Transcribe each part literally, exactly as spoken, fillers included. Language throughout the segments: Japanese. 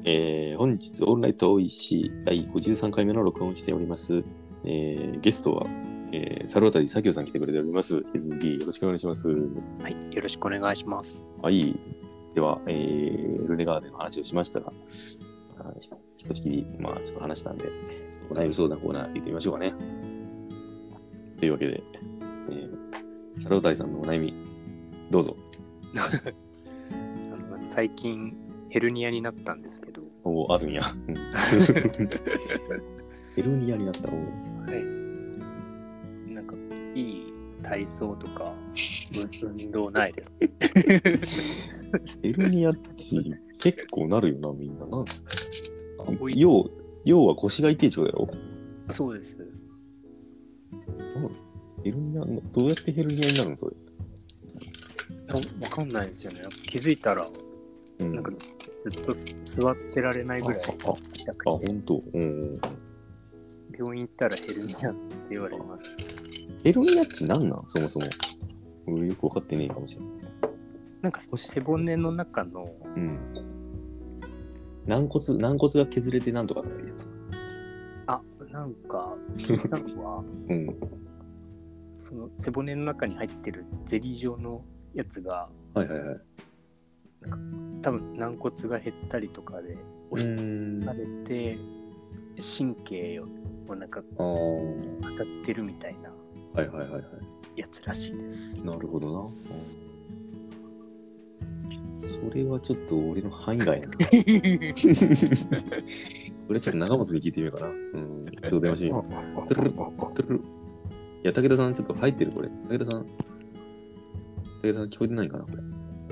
えー、本日オンライトおいしいだいごじゅうさんかいめの録音をしております。えー、ゲストは、えー、猿渡佐京さん来てくれております。引き続きよろしくお願いします。 はい、よろしくお願いします。 はい。では、えー、ルネガーデの話をしましたが、あひひとしきり、まあ、ちょっと話したんで、ちょっとお悩み相談コーナー行ってみましょうかね。というわけで、えー、猿渡さんのお悩み、どうぞ。 あの最近ヘルニアになったんですけど。 おあるんや。ヘルニアになったおはい。なんかいい体操とか運動ないです。 ヘルニアって結構なるよな、みんな。な要、要は腰が痛い状だよ。 そうです。 ヘルニア、どうやってヘルニアになるのそれ。 わかんないですよね。気づいたら、うん、なんかずっと座ってられないぐらい痛くて。 あ、ほんと。うん。 病院行ったらヘルニアって言われます。 ヘルニアって何なんそもそも。俺よく分かってねえかもしれない。 なんか背骨の中の、 うん、軟骨、軟骨が削れてなんとかなるやつ。 あ、なんか聞いたのは、 うん、 その背骨の中に入ってるゼリー状のやつが、 はいはいはい。 なんか多分軟骨が減ったりとかで押しつかれて神経をなんか当たってるみたいなはいはいはいはいやつらしいです。 なるほどな。それはちょっと俺の範囲外な。俺ちょっと長松に聞いてみようかな。うん。ちょっと電話してみよう。トゥルルトゥルル。いや、武田さんちょっと入ってるこれ。武田さん。武田さん聞こえてないかなこれ。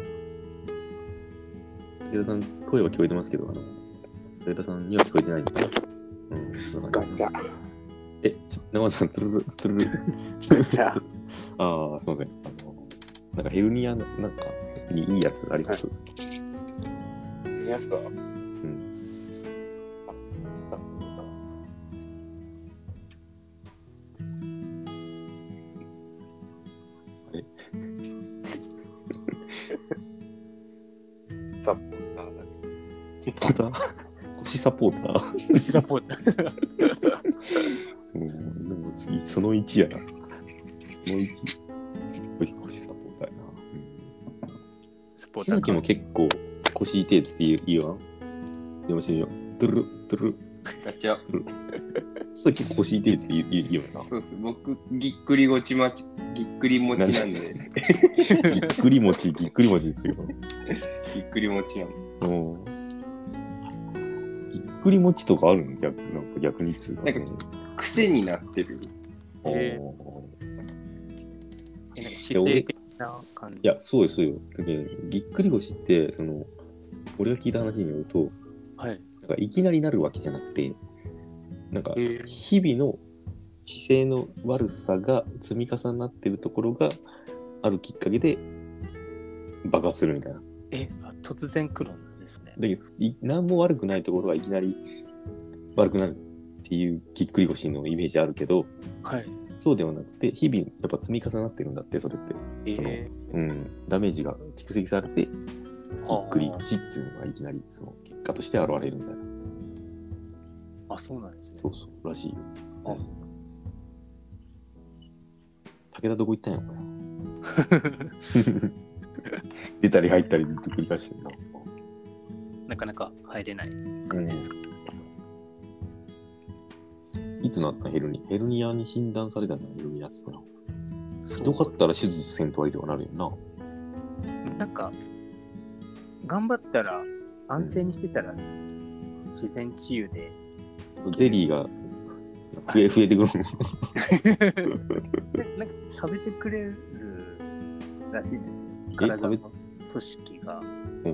武田さん声は聞こえてますけど、あの、武田さんには聞こえてないんだよ。うん。そうガチャ。 え、ちょっと長松さん、トゥルルトゥルル。 ガチャ。 ああ、すいません。あの、なんかヘルニアの、なんか、いいやつあります？ いいやつか。 うん。あれサポーターだけサポーター腰サポーター腰サポーター。 うん、でも次、そのいちやな。そのいち。腰サポーターやな。須崎も結構腰痛いっつっていいわ。でもしよ。ドゥルルドゥルル。 ガチャ。 須崎結構腰痛いっつっていいわな。 そうです。僕、ぎっくりごちまち、ぎっくり持ちなんで。 ぎっくり餅、ぎっくり餅っていうの。 ぎっくり持ちなんで。 ぎっくり餅とかあるの逆なんか逆につうか。 なんか癖になってる。 えー、なんか姿勢的な感じ。 いや、そうよ、そうよ。だけどぎっくり腰って、その、俺が聞いた話によると、 はい、 なんかいきなりなるわけじゃなくて、なんか日々の姿勢の悪さが積み重なってるところがあるきっかけで爆発するみたいな。 え、あ突然来るんですね。 だけど、何も悪くないところがいきなり悪くなるっていうぎっくり腰のイメージあるけど、 はい、 そうではなくて、日々やっぱ積み重なってるんだって、それって。 えー、うん、ダメージが蓄積されて、ぎっくり腰っていうのがいきなりその結果として現れるみたいな。 あ、そうなんですね。 そうそう、らしいよ。 あ、 武田どこ行ったんやろかな。出たり入ったりずっと繰り返してるな。 なかなか入れない感じですか。 うん、いつなったヘルニアヘルニアに診断されたのヘルニアっつってな。ひどかったら手術せんと割とかなるよな。 なんか頑張ったら安静にしてたら自然治癒で、 うん、ゼリーが増え増えてくるの。 なんか食べてくれるらしいですね。体の組織が、うん、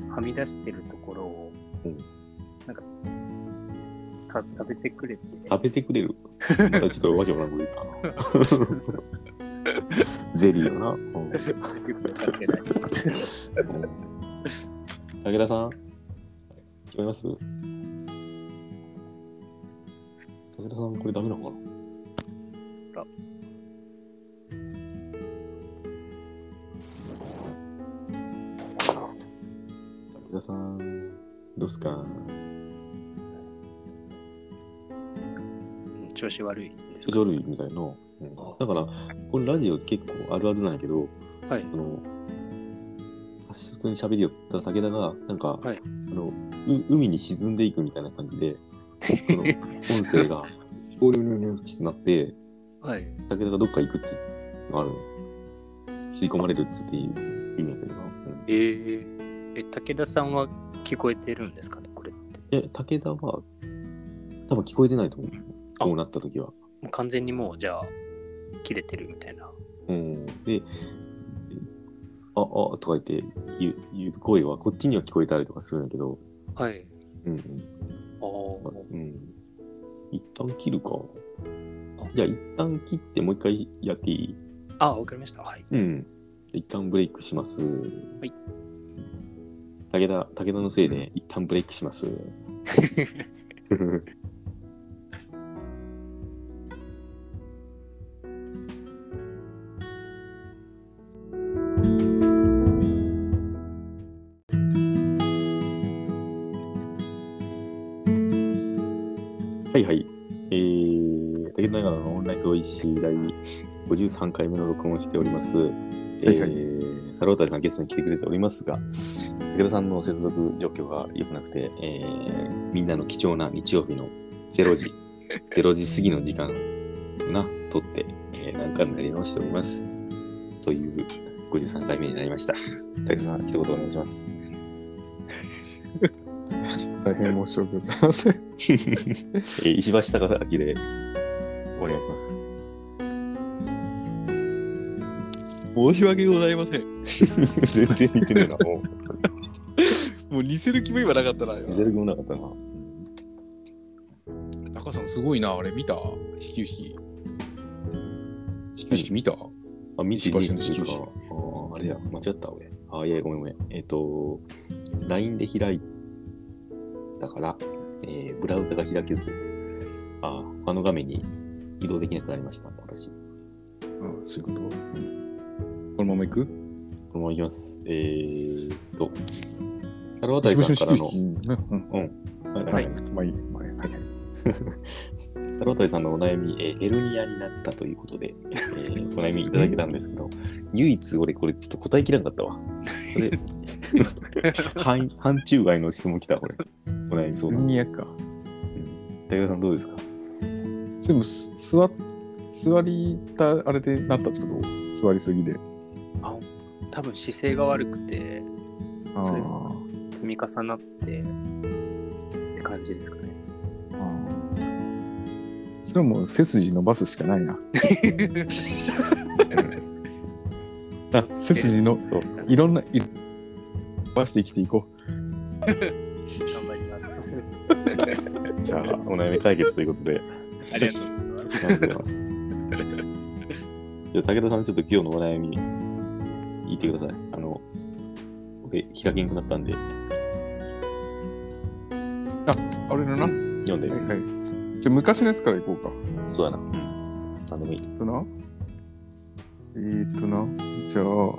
はみ出してるところを、うん、なんか食べてくれて食べてくれるまたちょっとわけもなく言うな。ゼリーよな。うん、武田さん聞こえます？武田さんこれダメなのかな？武田さんどうすか？ 調子悪い。 調子悪いみたいな。うん、だから、これラジオ結構あるあるなんやけど、 はい。 あの、普通に喋りよったら武田が、なんか、 はい、 あのう、海に沈んでいくみたいな感じで、その音声が、おりょりょりょってなって、 はい、 武田がどっか行くっつのあるの。吸い込まれるっつっていう意味やけどな。うん、 えー、え、武田さんは聞こえてるんですかね、これって。 え、武田は、多分聞こえてないと思う。こうなった時は。 もう完全にもう、じゃあ、切れてるみたいな。 うん。で、あ、あ、とか言って言う、言う声はこっちには聞こえたりとかするんだけど。 はい。 うんうん。 ああ。 うん。一旦切るか。じゃあ一旦切ってもう一回やっていい？ ああ、わかりました。はい。 うん。一旦ブレイクします。はい。武田、武田のせいで一旦ブレイクします。はいはい。えー、武田長野のオンライン投資第ごじゅうさんかいめの録音をしております。はいはい。えー、サロータイさんゲストに来てくれておりますが、武田さんの接続状況が良くなくて、えー、みんなの貴重な日曜日のゼロじ、ゼロじ過ぎの時間な、撮って、えー、何回もやり直しております。というごじゅうさんかいめになりました。武田さん、一言お願いします。 大変申し訳ございません。えー、石橋貴明でお願いします。 申し訳ございません。 全然似てねえな、もう。もう似せる気も今なかったな。 似せる気もなかったな。 高さんすごいな、あれ見た？始球式。始球式見た？ あ、見てないの始球式。 あ、あれや、間違った俺。あ、いや、ごめんごめん。えっと、ライン で開いたから、えー、ブラウザが開けず、あ、他の画面に移動できなくなりました、私。 ああ、そういうこと？このまま行く？ このまま行きます。えーっと、サルワタイさんからの、 うん、うん。はい、はい、まあいい、まあいい、はい。 サルワタイさんのお悩み、えー、ヘルニアになったということで、えー、お悩みいただけたんですけど、唯一俺これちょっと答えきれなかったわ。それ、範範疇外の質問来た、これ。お悩み相談。 ヘルニアか。 うん。武田さんどうですか？ 全部座、座りた、あれでなったってこと？座りすぎで。 あ、多分姿勢が悪くて、 あそれ積み重なってって感じですかね。 あ、それはもう背筋伸ばすしかないな。背筋のそういろんない伸ばして生きていこう。 頑張ります。 じゃあお悩み解決ということでありがとうございます。 ありがとうございます。じゃあ武田さんちょっと今日のお悩み言ってください。あの僕開けんくなったんで。 あ、あれのな。 読んで。 はいはい。じゃあ昔のやつからいこうか。 そうやな。うん。なんでもいい。 えっとな。えー、っとな。じゃあ。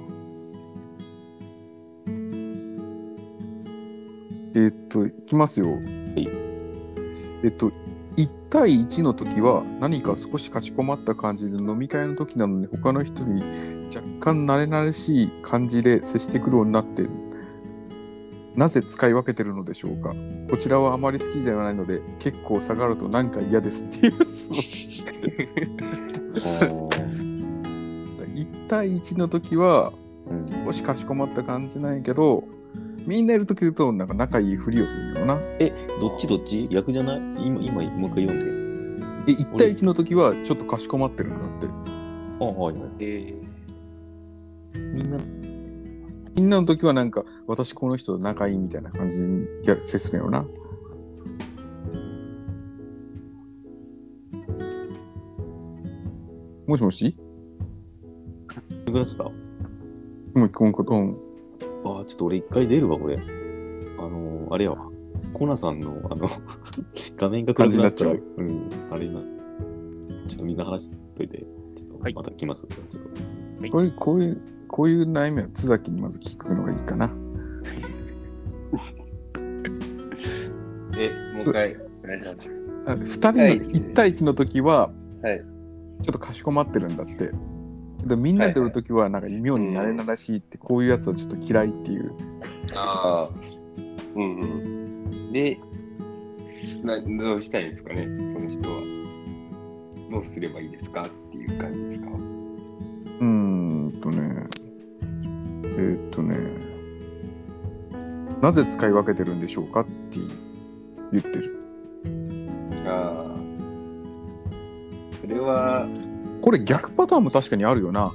えー、っと、いきますよ。はい。えっと、いち対いちの時は何か少しかしこまった感じで、飲み会の時なのに他の人に若干慣れ慣れしい感じで接してくるようになって、なぜ使い分けてるのでしょうか。こちらはあまり好きではないので結構下がるとなんか嫌ですっていういち対いちの時は少しかしこまった感じなんやけど、みんないる時だとなんか仲いいふりをするよな。 え、どっちどっち逆じゃない？今、今もう一回読んで。え、いち対いちの時はちょっとかしこまってるんだって。 あ、はいはい。 えー、みんなみんなの時はなんか私この人と仲いいみたいな感じに接するよな。もしもし？ どうなってた？ もう一個もこと。うん。 ああ、ちょっと俺一回出るわこれ。あのー、あれやわ。コナさんのあの画面が暗くなっちゃう。うん。あれな。ちょっとみんな話しといて。ちょっとまた来ます。はい、ちょっと。 はい、こういうこういうこういう悩みは津崎にまず聞くのがいいかな。 う一回お願いします。 あふたりのいち対いちの時は、 はい、 ちょっとかしこまってるんだって。でみんなでおる時はなんか妙に慣れ慣らしいって、こういうやつはちょっと嫌いっていう。 ああ、うんうん。で、などうしたいんですかね、その人は。どうすればいいですかっていう感じですか。 うーんとね、えー、っとね、なぜ使い分けてるんでしょうかって言ってる。 ああ、それはこれ逆パターンも確かにあるよな。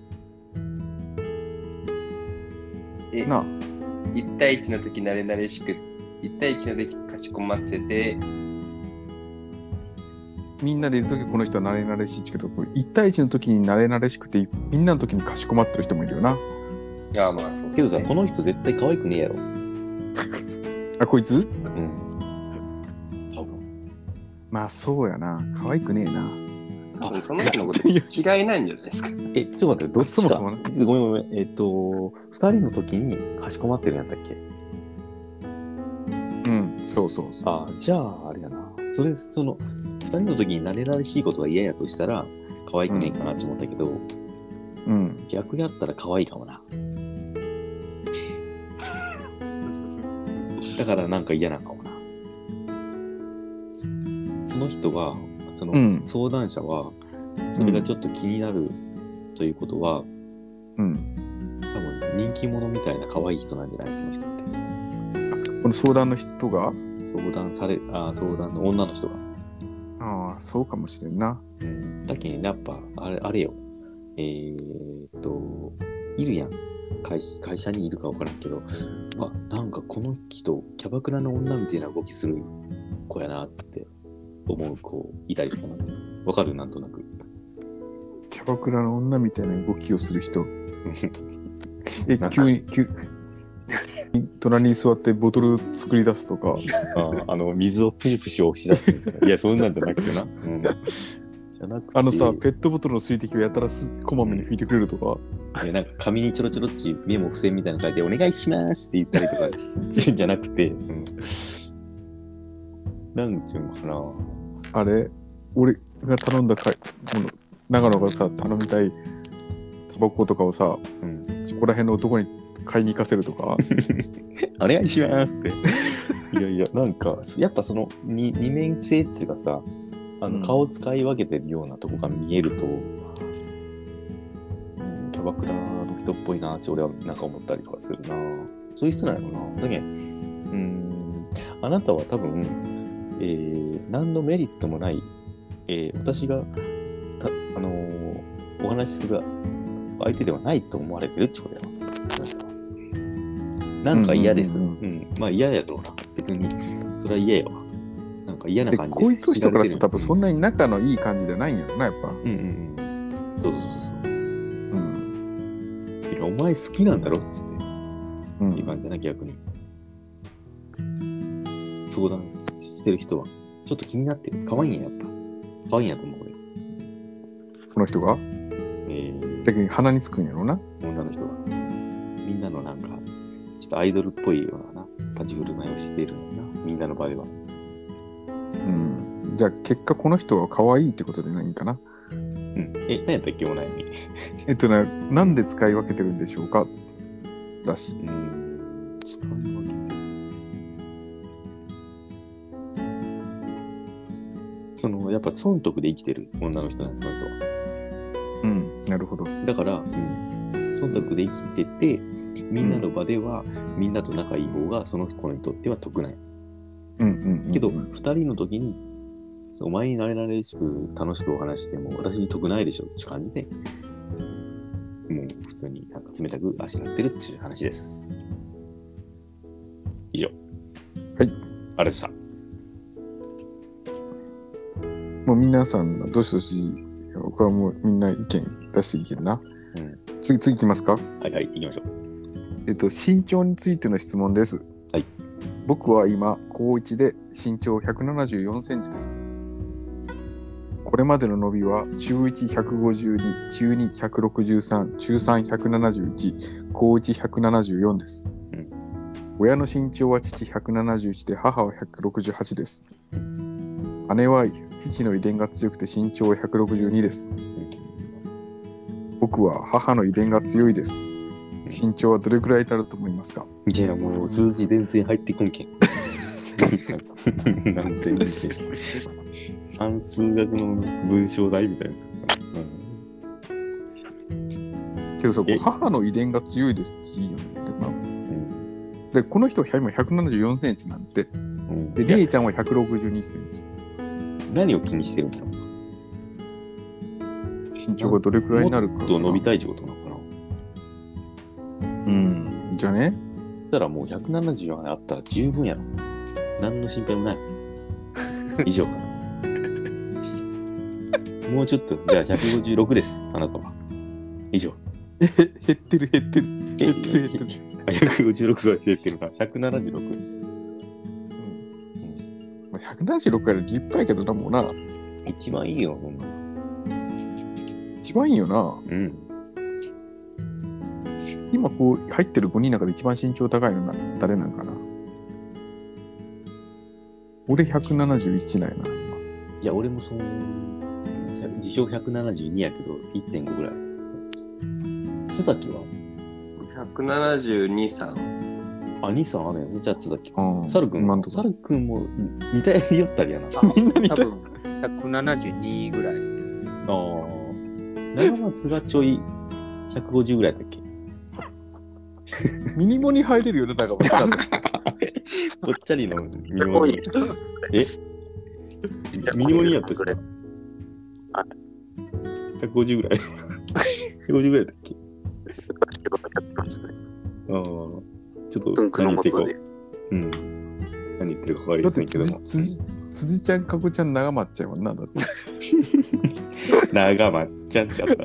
えなあ、 いち対いちの時慣れ慣れしく、いち対いちの時かしこまってて、 みんなでいる時この人は慣れ慣れしいけど、いち対いちの時に慣れ慣れしくてみんなの時にかしこまってる人もいるよな。 いやまあそう、ね、 けどさ、この人絶対可愛くねえやろ。 あ、こいつ？ うん。多分。 まあそうやな。可愛くねえな。 多分その人のこと嫌いなんじゃないですか。 え、ちょっと待って、どっちか。 そもそもね。 ごめんごめん。えっと、二人の時にかしこまってるんやったっけ？ うん、そうそうそう。 あ、じゃあ、あれやな。それ、その、二人の時に慣れ慣れしいことが嫌やとしたら、可愛くねえかなって思ったけど、 うん。 逆やったら可愛いかもな。だからなんか嫌なのかもな。その人は、その相談者は、それがちょっと気になるということは、 うん。 多分人気者みたいな可愛い人なんじゃない、その人って。 この相談の人が相談され、あ、相談の女の人が。 ああ、そうかもしれんな。 うん。だけど、やっぱ、あれ、あれよ。えーっと、いるやん。会, 会社にいるか分からんけど、あ、なんかこの人、キャバクラの女みたいな動きする子やな、つって思う子いたりするかな。わかる？なんとなく。 キャバクラの女みたいな動きをする人。え、急に、急隣に座ってボトル作り出すとか。 あ, あの、水をプシュプシュ押し出すみたいな。いや、そんなんじゃなくてな。うん、じゃなくてあのさ、ペットボトルの水滴をやたらすこまめに拭いてくれるとか。 いや、なんか紙にちょろちょろっちメモ付箋みたいなの書いてお願いしますって言ったりとかじゃなくて、うん、なんていうのかな。 あれ、俺が頼んだかいもの、長野がさ頼みたいタバコとかをさ、うん、そこら辺の男に買いに行かせるとか。 お願いしますって。いやいや、なんかやっぱその 二, 二面性っていうかさ、あの顔を使い分けてるようなとこが見えると。うんキャバクラの人っぽいなって俺はなんか思ったりとかするな。そういう人なのかな。だけど、うーん、あなたは多分、えー、何のメリットもない、えー、私がた、あのー、お話しする相手ではないと思われてるってことだよ。なんか嫌です。うん、うんうん、まあ嫌やろうな。別に、それは嫌やわ。なんか嫌な感じで。 こういう人からすると多分そんなに仲のいい感じじゃないんやろな、やっぱ。 うんうんうん。そうそうそう。お前好きなんだろっつって、うん、いう感じだな、逆に。相談してる人はちょっと気になってる。可愛いんや、やっぱ。可愛いんやと思う、これ。 この人がえー、 逆に鼻につくんやろな。 女の人が。みんなのなんか、ちょっとアイドルっぽいようなな、立ち振る舞いをしているんだな、みんなの場合は。 うん。じゃあ結果この人は可愛いってことでないんかな。 うん、え、何やったっけ、お悩み。 えっとね、なんで使い分けてるんでしょうかだし。 うん。使い分けてる。その、やっぱ損得で生きてる女の人なんです、その人は。 うん、なるほど。 だから、うん、損得で生きてて、みんなの場では、うん、みんなと仲いい方がその子にとっては得ない。 うんうんうんうん、 けど、二人の時に、お前になれなれしく楽しくお話しても私に得ないでしょって感じで、もう普通になんか冷たくあしらってるっていう話です。以上。 はい。 ありがとうございました。 もう皆さんどしどし、僕はもうみんな意見出していけるな。うん、次次いきますか。 はいはい、行きましょう。 えっと身長についての質問です。 はい。 僕は今高いちで身長ひゃくななじゅうよんセンチです。これまでの伸びは中いちひゃくごじゅうに、中にひゃくろくじゅうさん、中さんひゃくななじゅういち、高いちひゃくななじゅうよんです。うん、 親の身長は父ひゃくななじゅういちで母はひゃくろくじゅうはちです。姉は父の遺伝が強くて身長はひゃくろくじゅうにです。僕は母の遺伝が強いです。身長はどれくらいになると思いますか？ いや、もう数字全然入ってこんけん。なんて全然。算数学の文章題みたいな。 うん、けどさ、母の遺伝が強いですっていいよね。うん、で、この人は今ひゃくななじゅうよんセンチなんて。うん、で、りえちゃんはひゃくろくじゅうにセンチ。 何を気にしてるの？ 身長がどれくらいになるか。 もっと伸びたいってことなのかな。 うん。じゃあね。 だからもうひゃくななじゅうよんあったら十分やろ。何の心配もない。以上かな。もうちょっと、じゃあひゃくごじゅうろくです。あなたは。以上。 え、減ってる減ってる。減ってる減ってる。 ひゃくごじゅうろくは減ってるな。ひゃくななじゅうろく。うん。 うん、ひゃくななじゅうろくから立派やけどな、もうな。 一番いいよ、そんな。 一番いいよな。 うん。 今こう入ってるごにんの中で一番身長高いのは誰なんかな。俺ひゃくななじゅういちなんやな、今。 いや、俺もその、自称ひゃくななじゅうにやけど、いってんごぐらい。須崎はひゃくななじゅうに、さん。 あ、にさんあるやね。じゃあ須崎。 うん。 サルくんはサルくんも似たよりよったりやな。 みんな似た多分ひゃくななじゅうにぐらいです。 ああ。長松がちょいひゃくごじゅうぐらいだっけ？ ミニモに入れるよね、長松さん。 ぽっちゃりのミニモニ。えミニモニやったしな。ひゃくごじゅうぐらい。ひゃくごじゅうぐらいだっけ？ああ。ちょっと何言っていこう。うん。何言ってるか分かりませんけども。 辻ちゃん、かこちゃん、長まっちゃうもんな、だって。 長まっちゃんちゃった。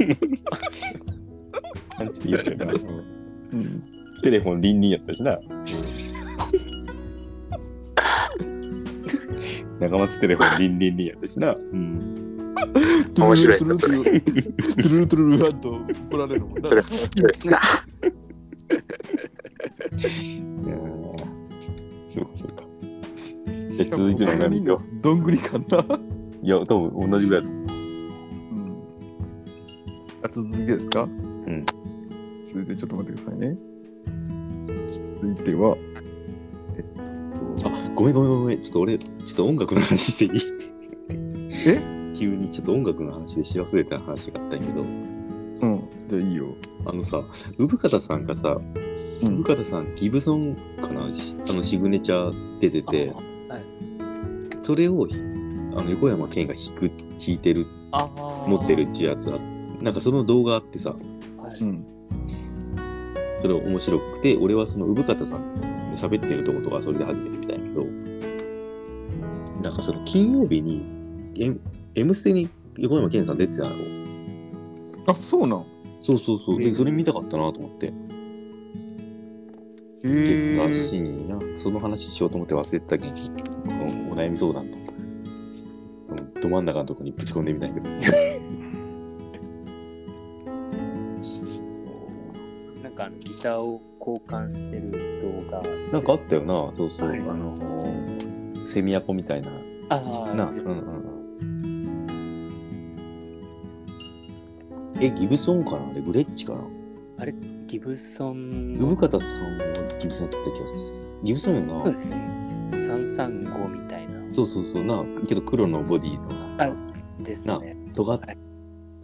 感じで言ったよな。うん。テレフォンリンリンやったしな。長松テレフォンリンリンリンやったしな。うん。 面白いトゥルトゥルトゥルトゥルトゥルトゥルと怒られるもんな。 そうかそうか。え、続いての何か。 どんぐりかな。 いや、多分同じぐらいだと思う。 うん。あ、続きですか？ うん。 続いてちょっと待ってくださいね。続いては、 えっと、あ、ごめんごめんごめん。ちょっと俺、ちょっと音楽の話していい？ え？ 急にちょっと音楽の話で知らせれた話があったんやけど。 うん。じゃあいいよ。 あのさ、産方さんがさ、産方さん、ギブソンかな、あのシグネチャー出てて、はい、それをあの横山健が弾く、弾いてる、持ってるっていうやつあって、なんかその動画あってさ、はい、うん、それ面白くて、俺はその産方さん喋ってるとことかそれで初めて見たんやけど、なんかその金曜日に、M、M ステに横山健さん出てたの。 あ、そうなん？ そうそうそう。で、それ見たかったなと思って。 へぇー。らしいな。その話しようと思って忘れてたけど、このお悩み相談と、ど真ん中のとこにぶち込んでみたいけど。 なんかあのギターを交換してる動画。 なんかあったよな。そうそう。あの、セミアコみたいな。 ああ。 な。うんうん。え、ギブソンかなあれ、グレッチかなあれ、ギブソン。 産方さんはギブソンだった気がする。ギブソンよな。 そうですね。さんさんごみたいな。 そうそうそう。な、けど黒のボディの。 あ、ですね。 な、尖った、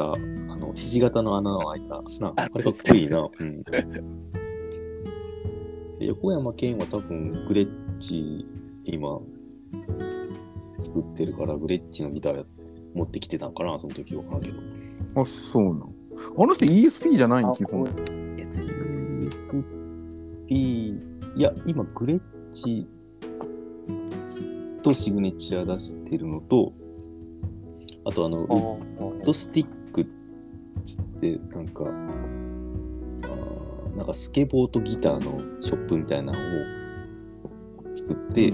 はい、あの、ひし形の穴の開いた。な、あれかっこいいな。うん。横山健は多分、グレッチ、今、作ってるから、グレッチのギター持ってきてたんかな、その時わからんけど。 あ、そうなの。あの人 イーエスピー じゃないの基本。イーエスピー、いや、今、グレッチとシグネチャー出してるのと、あと、あの、ウッドスティックって、なんか、あなんかスケボーとギターのショップみたいなのを作って、うん、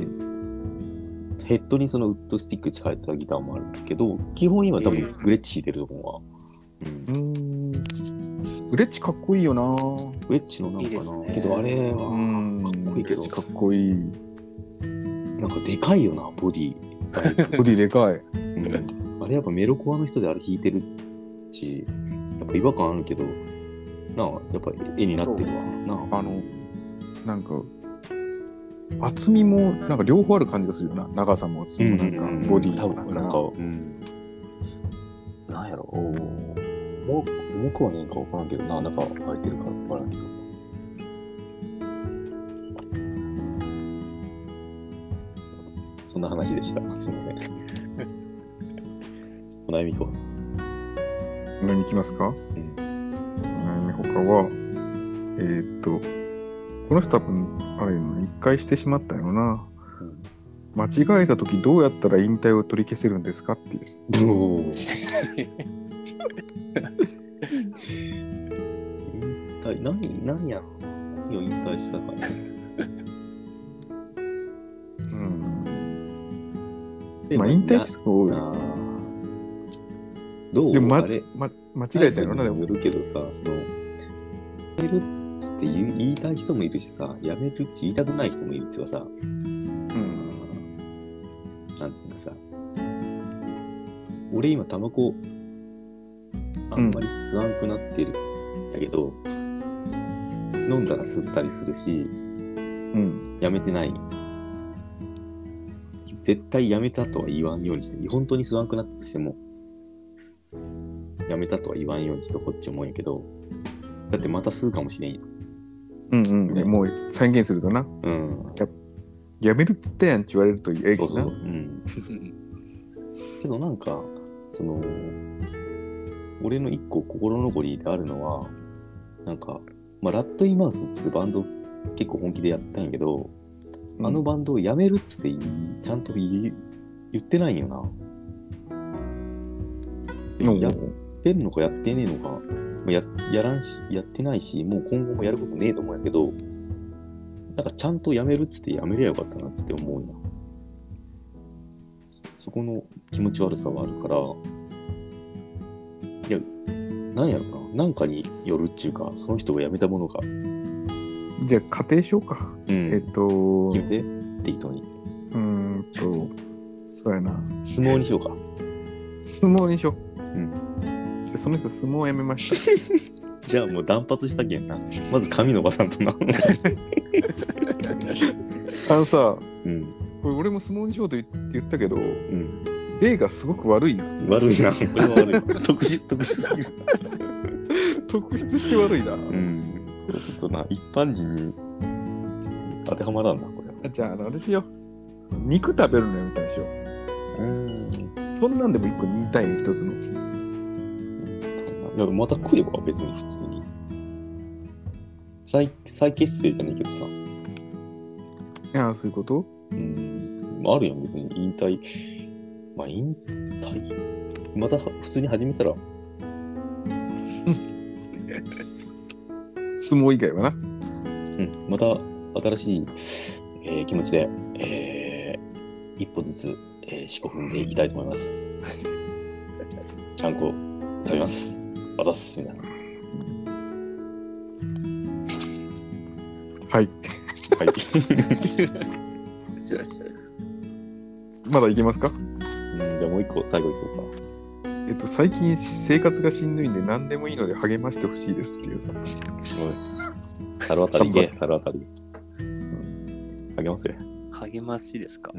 ヘッドにそのウッドスティック使えたギターもあるけど、基本今多分グレッチ弾いてると思うわ。 うん、 ウレッチかっこいいよな。ウレッチのなんかな。いいですね、けどあれはかっこいいけど。 かっこいい。 なんかでかいよな、ボディ。 ボディでかい。 うん、あれやっぱメロコアの人であれ弾いてるし、やっぱ違和感あるけど、なあ、やっぱ絵になってるわ。なあ、 あの、なんか、厚みもなんか両方ある感じがするよな。長さも厚みもなんか、ボディ多分なんか、うん、なんやろ、おも重くはねえか分からんけどな、なんか開いてるから分からんけど。そんな話でした。すみません。お悩みいこう。 お悩みいきますか、うん、お悩み他は、えー、っと、この人多分、あれよな、一回してしまったよな。うん、間違えたときどうやったら引退を取り消せるんですかっていう。引退、何、何やろ何を引退したかね。 うん。まあ、引退する方どうでも、ま、 あれま、間違えたよな、でも。 よるけどさ、その、やめるって言いたい人もいるしさ、やめるって言いたくない人もいるっていうかさ、うん。なんつうかさ、俺今タバコ、あんまり吸わんくなってるんだけど、うん、飲んだら吸ったりするし、うん、やめてない。絶対やめたとは言わんようにして、本当に吸わんくなったとしても、やめたとは言わんようにしてこっち思うんやけど、だってまた吸うかもしれんよ。 うんうん、ね、もう再現するとな、うん、や, やめるっつったやんって言われるとええしな。そうそう、うん、 けどなんかその俺の一個心残りであるのはなんか、まあ、ラッドイマウスっつうバンド結構本気でやったんやけど、うん、あのバンドをやめるっつってちゃんと 言, 言ってないんよな。やってんのかやってねえのかや, やらんしやってないし、もう今後もやることねえと思うんやけど、なんかちゃんとやめるっつってやめりゃよかったなっつって思うんや。そこの気持ち悪さはあるから、いや、なんやろな、なんかによるっちゅうか、その人がやめたものが。 じゃあ仮定しようか。うん、えっと、 決めて、適当に。 うーんと、そうやな。 相撲にしようか。 相撲にしよう。うん。その人相撲をやめました。 じゃあもう断髪したけんな。まず髪伸ばさんとな。 あのさ、うん、これ俺も相撲にしようと言ったけど、うん、例がすごく悪いな。 悪いな。これは悪いな。特殊、特殊すぎる。 特筆して悪いな。うん。 これちょっとな、一般人に当てはまらんな、これ。 じゃあ、あの、あれしよう。肉食べるのやめたでしょ。うん。そんなんでも一個言いたいね、一つの。 いやまた食えば別に普通に 再, 再結成じゃねえけどさ。 いやそういうこと？ うん。あるやん別に引退。まあ引退また普通に始めたら相撲以外はな。うん 。また新しい、えー、気持ちで、えー、一歩ずつ、えー、四股踏んでいきたいと思います。ちゃんこ食べます。あざっすみたいな。 はい。はい。まだいけますか？ うん、じゃあもう一個最後いこうか。 えっと最近生活がしんどいんで何でもいいので励ましてほしいですっていうさ。 猿渡りいけ、猿渡り。うん、励ますよ。 励ましですか？うん。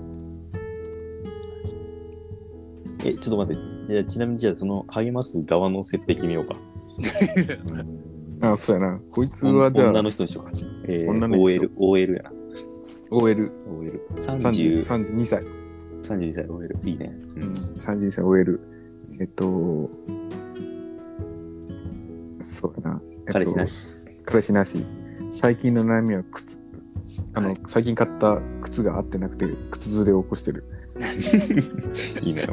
え、ちょっと待って。じゃあちなみにじゃあその励ます側の設定決めようか。 ああ、そうやな。こいつはじゃあ女の人にしようか。えー、女の人 オーエル、オーエル やな。 オーエル。 オーエル。 さんじゅう、さんじゅうにさい。 さんじゅうにさい オーエル。いいね。 うん。さんじゅうにさい オーエル。えっと、そうやな。えっと、 彼氏なし。 彼氏なし。最近の悩みは靴。あの、はい、最近買った靴が合ってなくて靴ずれを起こしてる。 いいね。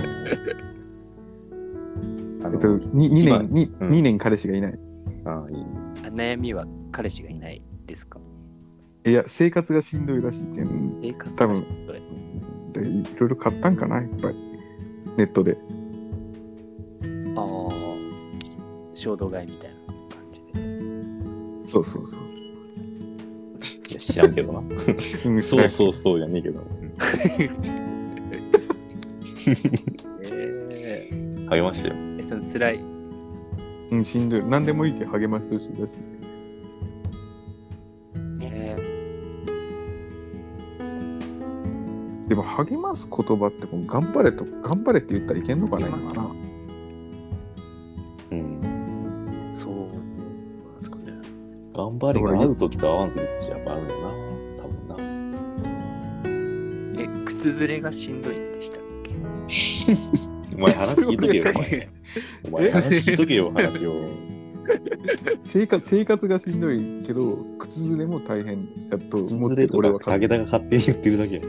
えっと、ににねん、に、うん、にねん彼氏がいない。 ああ、いいね。 悩みは彼氏がいないですか？ いや、生活がしんどいらしいけん。 生活がしんどい。多分、いろいろ買ったんかな、いっぱい。ネットで。 ああ、衝動買いみたいな。 そうそうそう。 いや、知らんけどな。 うんそうそうそうじゃねえけど。 えー、 励ましてよ。 えその辛い。 うん、しんどい。何でもいいけど励ましてほしいだし。 えでも励ます言葉ってこう頑張れと頑張れって言ったらいけんのかな今な。 うん。 ー、そうなんですかね。 頑張れが会うときと会わんときってやっぱあるよな。多分な。 え、靴ずれがしんどいんでしたっけ？ お前話聞いとけよ、お前。お前話聞いとけよ、話を。 生活生活がしんどいけど靴ずれも大変やと思って靴ずれと俺はか武田が勝手に言ってるだけや。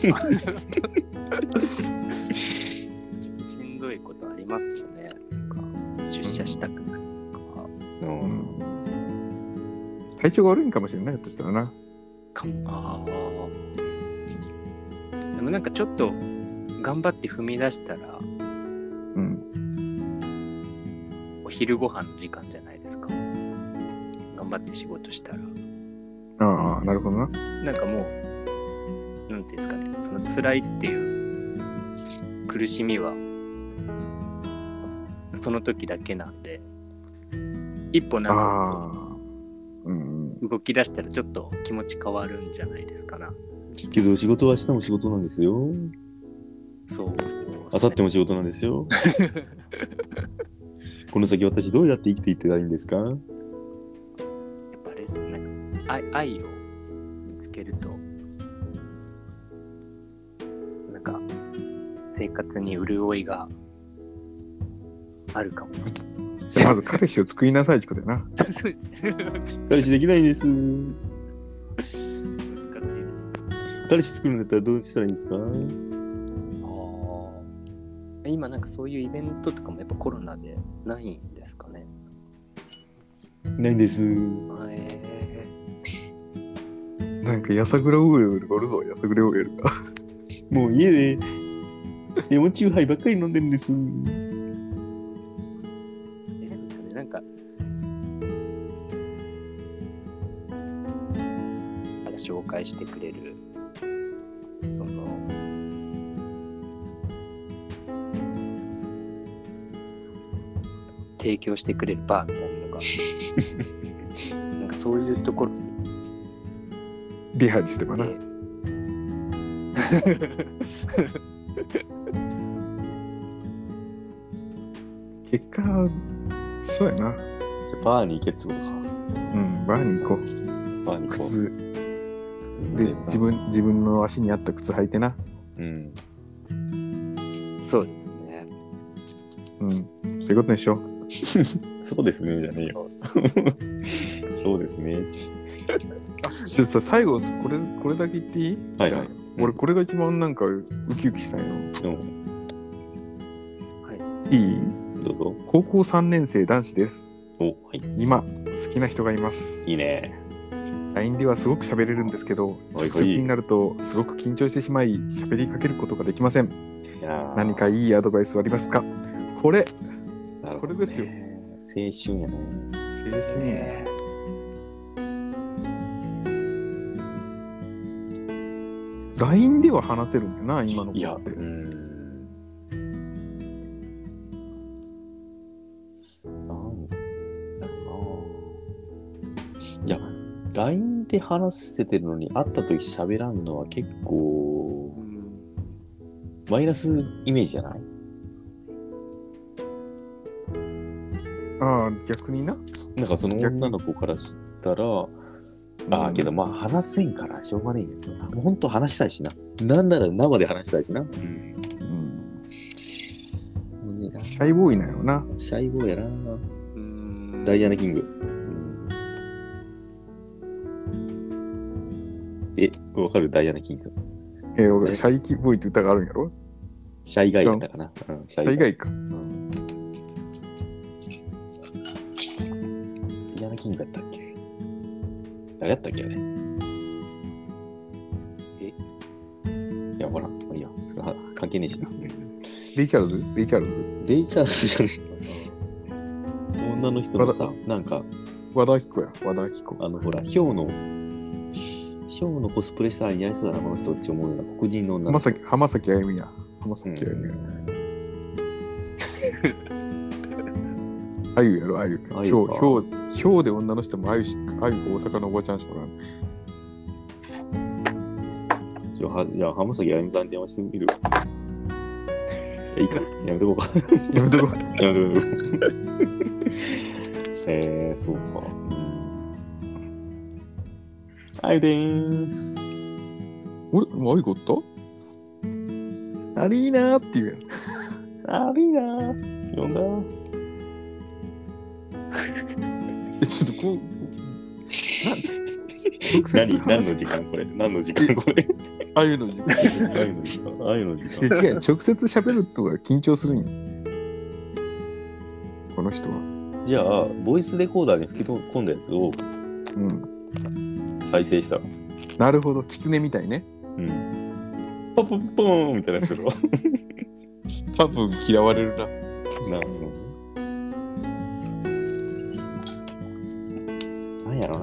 しんどいことありますよね。なんか出社したくないとか。 う。 うんん体調が悪いんかもしれないとしたらな。 かああ。でもなんかちょっと頑張って踏み出したらうんお昼ご飯の時間じゃないですか。頑張って仕事したらああなるほどな。 なんかもうなんていうんですかね、その辛いっていう苦しみはその時だけなんで、一歩なんかああうんうん動き出したらちょっと気持ち変わるんじゃないですかな。 けど仕事は明日も仕事なんですよ。 そう。 明後日も仕事なんですよ。この先私どうやって生きていってたらいいんですか？ やっぱあれですよね。愛、愛を見つけると、なんか生活に潤いがあるかも。 じゃあまず彼氏を作りなさいってことやな。 そうですね。 彼氏できないんです。 難しいですね。 彼氏作るんだったらどうしたらいいんですか？ ああ。今なんかそういうイベントとかもやっぱコロナでないんですかね。 ないんです。 えなんかやさぐら オーエル がおるぞやさぐら オーエル が。 もう家でレモンチューハイばっかり飲んでるんです。 ー、えなんですかね、なんか紹介してくれるその提供してくれるバーみたいなのがなんかそういうところにリハにしてかな。 で結果そうやな。 じゃあバーに行けってことか。 うんバーに行こう。 バーに行こう。 靴で自分自分の足に合った靴履いてな。 うん。 そうですね。 うんそういうことにしよう。 そうですね、じゃねえよ。そうですね。 ちょさ最後これこれだけ言っていい？ はいはい。 俺これが一番なんかウキウキしたんよ。 うん。 はいいい？ どうぞ。 高校さんねん生男子です。 お、はい。 今好きな人がいます。 いいね。 ライン ではすごく喋れるんですけど、直接になるとすごく緊張してしまい喋りかけることができません。 いや何かいいアドバイスはありますか？これなるほどね、 これですよ。 青春やね。 青春やね。 ライン では話せるんだな今のいや、う子って。 ーん。なんだろうな。いや、ライン で話せてるのに会った時喋らんのは結構マイナスイメージじゃない？ ああ逆にな。 なんかその女の子からしたら、ああ、けどまあ話せんからしょうがねえけど、ほんと話したいしな。なんなら生で話したいしな。うん。 うん、シャイボーイなんやろな。 シャイボーイやな。 うんダイアナ・キング。うん、え、わかる？ダイアナ・キング。 えー、俺シャイキボーイって歌があるんやろ？ シャイガイだったかな。うん、 シャイガイか。 うん、ダイアナ・キングやったっけ？誰やったっけあれ？えいや、ほら、もういいや。それは関係ねえしな。 レイチャールズレイチャールズレイチャールズじゃねえ。女の人のさ、なんか、 和田アキ子や、和田アキ子。 あの、ほら、ヒョウの、ヒョウのコスプレしたら似合いそうだな、この人って思うような黒人の女の子。 浜崎、浜崎あゆみや。浜崎あゆみや。あゆやろ、あゆ。 あゆかひょう、ひょう、ひょうで女の人もあゆしか、あゆか大阪のおばちゃんしかおらん。 じゃあ、はじゃあ浜崎あゆみさんに電話してみる。いいか、やめとこうか。 やめとこう。 やめとこう。えー、そうか。あゆでーす。 俺、もうあゆかおったアリーナーって言うやん。 ありーなー。呼んだえ、ちょっとこう、 何何の時間これ何の時間これあゆの時間。 あゆの時間あゆの時間え、違う、直接喋るとか緊張するんよ。この人は。 じゃあ、ボイスレコーダーに吹き込んだやつをうん。 再生したら。 なるほど、狐みたいね。 うん。ポポポーンみたいなやつするわ。 多分嫌われるな。 なるほど。なんやろな。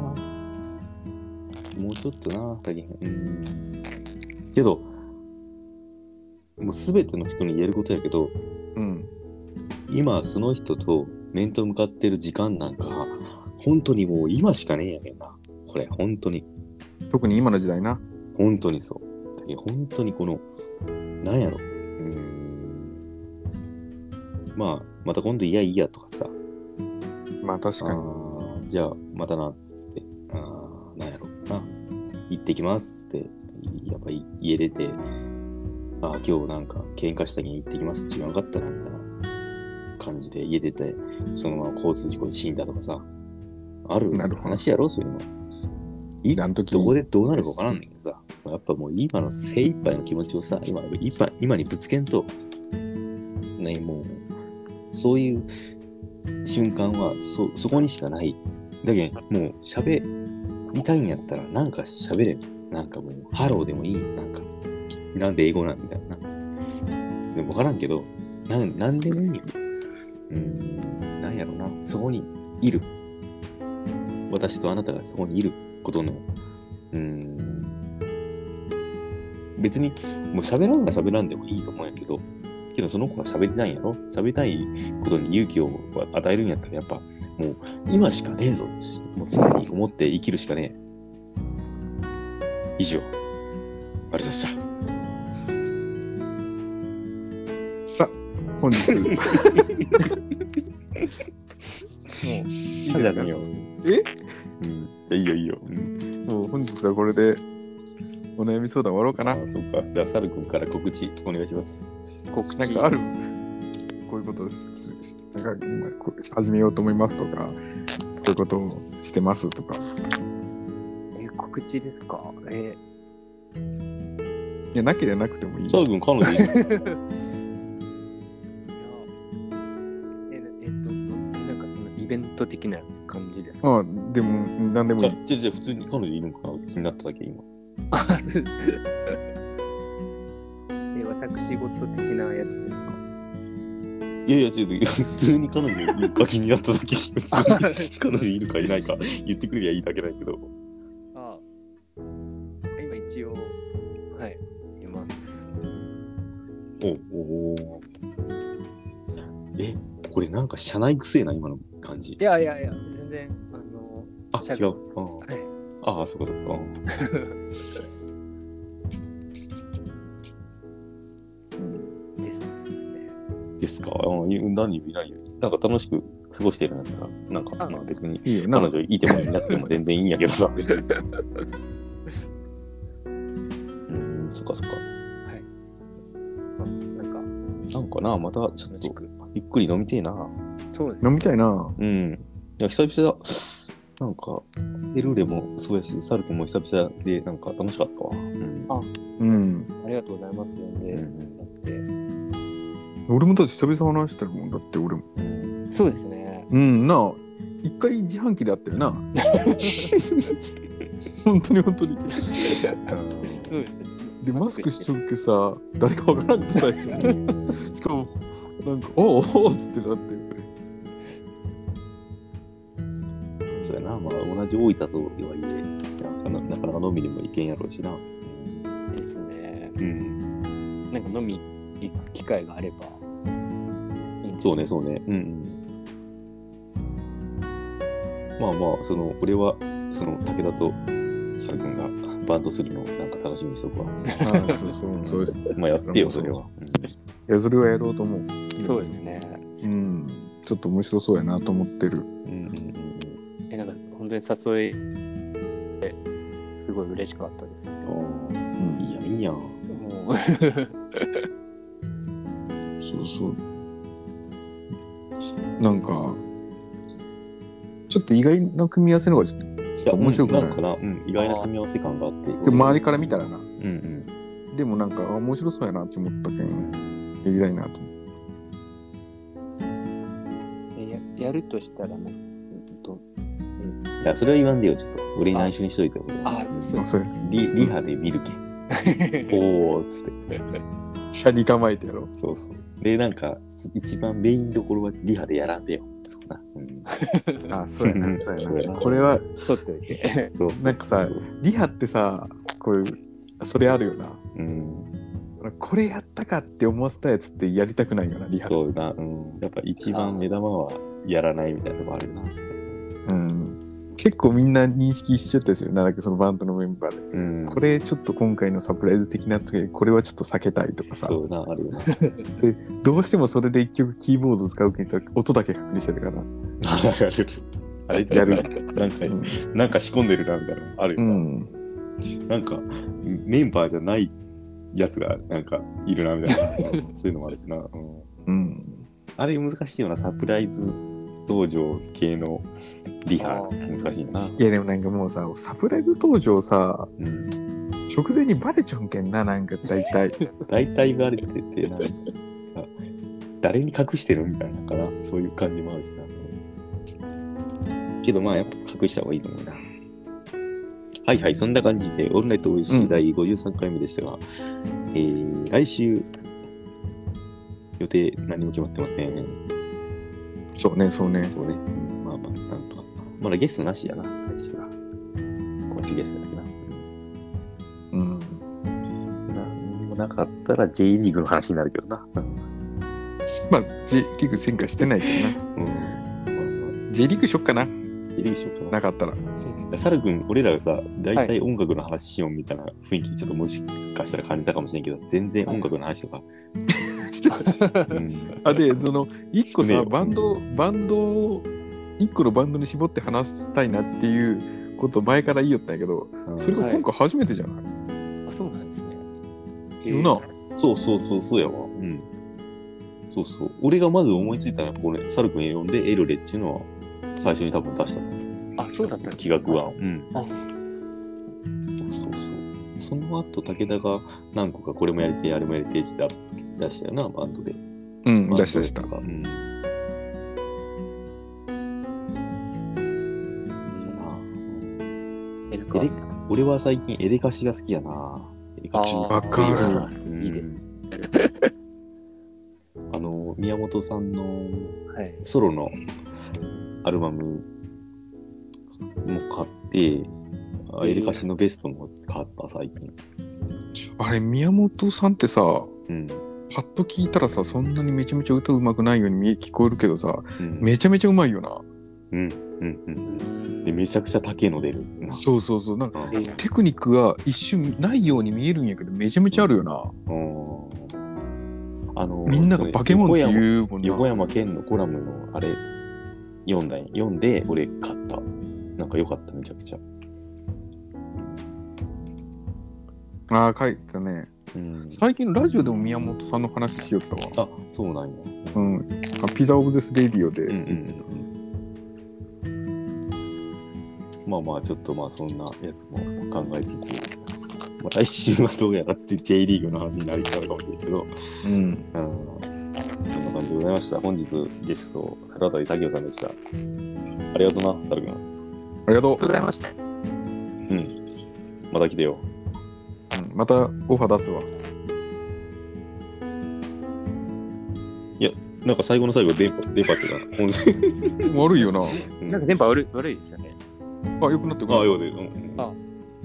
もうちょっとな、大変。うん。けど、もうすべての人に言えることやけど、 うん。 今その人と面と向かってる時間なんか、本当にもう今しかねえんやけんな。これ、本当に。 特に今の時代な。 本当にそう。だけど本当にこの、なんやろ。うーん。まあ、また今度いやいやとかさ。 まあ確かに。 あーじゃあ、またな、つって。あーなんやろ。な。行ってきますって。やっぱり家出て、ああ、今日なんか喧嘩したに行ってきますって言わなかったな、みたいな感じで家出て、そのまま交通事故で死んだとかさ。あるなるほど話やろ、そういうの。いつどこでどうなるかわからんねんけどさ、やっぱもう今の精一杯の気持ちをさ、今今今にぶつけんと、ね、もう、そういう瞬間はそ、そこにしかない。だけど、もう喋りたいんやったら、なんか喋れる。なんかもう、ハローでもいい。なんか、なんで英語なんみたいな。でもわからんけど、なん、なんでもいいよ。うーん、なんやろな。そこにいる。私とあなたがそこにいることの、うーん、別にもう喋らんが喋らんでもいいと思うんやけど、けどその子は喋りたいんやろ。喋りたいことに勇気を与えるんやったらやっぱもう今しかねえぞってもう常に思って生きるしかねえ。以上。ありがとうございました。 さあ、本日。もう、 さじゃねえよ。 えうん。じゃあいいよいいよ。うん、 もう本日はこれでお悩み相談終わろうかな。 あ、そうか。じゃあサル君から告知お願いします。 告知なんかあるこういうことをしなんか今こう始めようと思いますとか、こういうことをしてますとか。 え、告知ですか？えいや、なければなくてもいい。 サル君彼女いるいや、え、えっと、どなんかそのイベント的な感じですか？ ああ、でも、なんでもいい。 じゃあじゃあ普通に彼女いるのかな気になっただけ今。 あ、そうです。え、私事的なやつですか？ いやいや、ちょっと普通に彼女いるか気になっただけ。普通に彼女いるかいないか言ってくれりゃいいだけだけど。 あ、今一応、はい、います。 おおお。え、これなんか社内くせえな、今の感じ。 いやいやいや、全然、あの、 あ、違う。あはい。 あ、あ、そっかそっか。 ですね。 ですか。うん、何より何より。なんか楽しく過ごしてるんだったら、なんかあまあ別にいいよな。 彼女いてもいなくても全然いいんやけどさ、別に。うん、そっかそっか。 まなんか、 なんかな、またちょっとゆっくり飲みてえな。 そうです。 飲みたいな。 うん。いや、久々だ。なんか、エルーレもそうやし、サル君も久々で、なんか楽しかったわ。うん。 あうん。 ありがとうございます。呼んで、 うんだって。 俺もだって久々話してるもんだって俺も。 そうですね。 うんなあ。一回自販機であったよな。本当に本当に。 そうですね。 でマスクしとけさ、誰かわからんくて最初。しかもなんかおおおっつってなって。 そうやな。まあ、同じ大分とはいえ、なかななかなか飲みにも行けんやろうしな。 ですね。 うん。 なんか飲み行く機会があればいいんです。 そうね、そうね。うんうん。まあまあ、その、俺は、その、武田とサル君がバンドするのをなんか楽しみにしとくわ。 あそうそうそうです。 まあやってよ、それは。 いや、それはやろうと思う。 そうですね。 うん。ちょっと面白そうやなと思ってる。うんうんうん。 え、なんか本当に誘い、すごい嬉しかったです。 うん、いいやん、いいやん。もうそうそう。なんか、ちょっと意外な組み合わせの方がちょっと面白くない？ なんかな、うん、意外な組み合わせ感があって。 で周りから見たらな。 うんうん。 でもなんか面白そうやなって思ったけん、やりたいなと思って。 や, やるとしたらね、どうん、いや、それは言わんでよ、ちょっと。俺に内緒にしといてよ。 ああ、そうそう。 リ, リハで見るけん。おーっつって。 車に構えてやろう。 そうそう。で、なんか、一番メインどころはリハでやらんでよ。そうな。うん、 あ、そうやな、そうやな。これは、 取っておいて。 そうそうそう。 なんかさ、リハってさ、こういう、それあるよな。 うん。 これやったかって思わせたやつってやりたくないよな、リハ。 そうな。うん。やっぱ一番目玉はやらないみたいなとこあるな。 うん。結構みんな認識しちゃったですよ。なんだっけ、そのバンドのメンバーで。うん、これちょっと今回のサプライズ的な時、これはちょっと避けたいとかさ。 そうな、あるよな。 で、どうしてもそれで一曲キーボード使うけど、音だけ確認してたから。 あれやる。なんか、うん、なんか仕込んでるなみたいなのあるよな。うん、なんか、メンバーじゃないやつがなんかいるなみたいな。そういうのもあるしな。うん。うん、あれ難しいよな、サプライズ登場系のリハ難しいな。いやでもなんかもうさ、サプライズ登場さ、うん、直前にバレちゃうんけんな、なんか大体。 大体バレてて、なんか誰に隠してるみたいなかな、そういう感じもあるしな。けどまあやっぱ隠した方がいいと思うな。はいはい、そんな感じで、オールナイトおいしいだいごじゅうさんかいめでしたが、うん、えー、来週、予定何も決まってません。 そうね、そうね。 そうね。まあまあ、なんか、まだゲストなしやな、来週は。今週ゲストだけな。うん。何もなかったら J リーグの話になるけどな。 まあ、J リーグ戦回してないけどな。うん。J リーグしよっかな。 J リーグしよっかな。 なかったら。 サル君、俺らがさ、大体音楽の話しようみたいな雰囲気、ちょっともしかしたら感じたかもしれんけど、全然音楽の話とか。 うん、あで、その、一個さ、バンド、バンド、一個のバンドに絞って話したいなっていうことを前から言いよったんやけど、うん、それが今回初めてじゃない、 はい、あ、そうなんですね。 えー、なそうそうそう、そうやわ。うん。そうそう。俺がまず思いついたのは、これ、サル君呼んでエルレっていうのは最初に多分出したと。 あ、そうだった企画は。うん。あ、そうそうそう。その後、武田が何個かこれもやりてえ、あれもやりてえって出したよな、バンドで。 うん、出した出した。うん。 そうな。エレカ俺は最近エレカシが好きやな。エレカシ。 わかる。 うん、いいです。 あの、宮本さんのソロのアルバムも買って、エレカシのベストも買った最近。 あれ宮本さんってさ、うん、パッと聞いたらさ、そんなにめちゃめちゃ歌うまくないように見え聞こえるけどさ、うん、めちゃめちゃうまいよな。 うんうんうん。でめちゃくちゃ高いの出る。 そうそうそう。なんか、うん、テクニックが一瞬ないように見えるんやけど、めちゃめちゃあるよな。うん、あのー、みんながバケモンっていうもんな。 横山健のコラムのあれ読んだん読んで俺買った。なんか良かっためちゃくちゃ。 ああ、書いてたね、うん。最近ラジオでも宮本さんの話しよったわ。 あ、そうなんや。 うん。ピザオブゼスレディオで。うんうんうん、まあまあちょっとまあそんなやつも考えつつ、まあ、来週はどうやらって J リーグの話になりそうかもしれんけど、うん。うん。そんな感じでございました。本日ゲスト坂渡作業さんでした。ありがとうな、サル君。 ありがとうございました。 うん。また来てよ。 うん、またオファー出すわ。 いや、 なんか最後の最後、電波、電波っていうか、音声。 悪いよな。 なんか電波悪い悪いですよね。 あ、よくなってくる。 あ、ようで。うん、 あ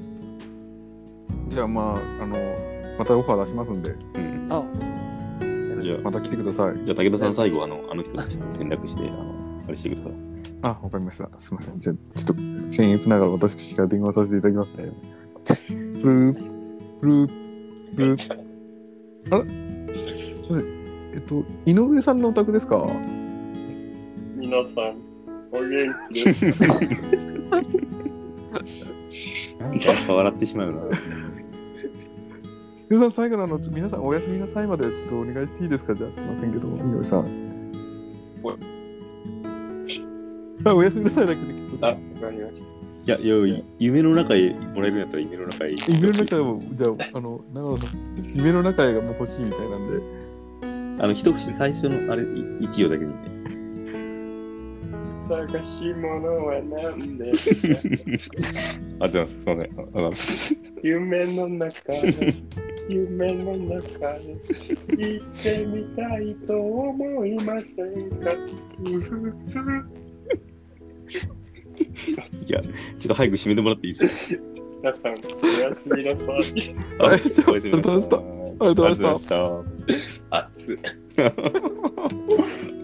じゃあまあ、あの、またオファー出しますんで。 うん、 あじゃあ、 また来てください。 じゃあ武田さん最後、あの、あの人にちょっと連絡して、あの、あれしてください。 あ、わかりました。すみません。じゃあ、ちょっと、僭越ながら私から電話させていただきますね。プルー、プルー、プルー。あら、すみません。えっと、井上さんのお宅ですか？ 皆さん、お元気ですか？ なんか笑ってしまうな。 皆さん、最後のあの、皆さんお休みなさいまでちょっとお願いしていいですか？じゃあ、すみませんけど、井上さん。 おあ、おやすみなさいだけで結構。 あ、わかりました。 いや、いや、夢の中へもらえるんやったら夢の中へ。 夢の中でも、じゃあ、あの、長野さん、夢の中へがもう欲しいみたいなんで。 あの、一節最初のあれ、一行だけ見て。 探し物は何ですか？ ありがとうございます。すみません。ありがとうございます。 夢の中で、夢の中で、行ってみたいと思いませんか？ いや、ちょっと早く締めてもらっていいですか？ 皆さん、おやすみなさい。 ありがとうございました。ありがとうございました。 熱い。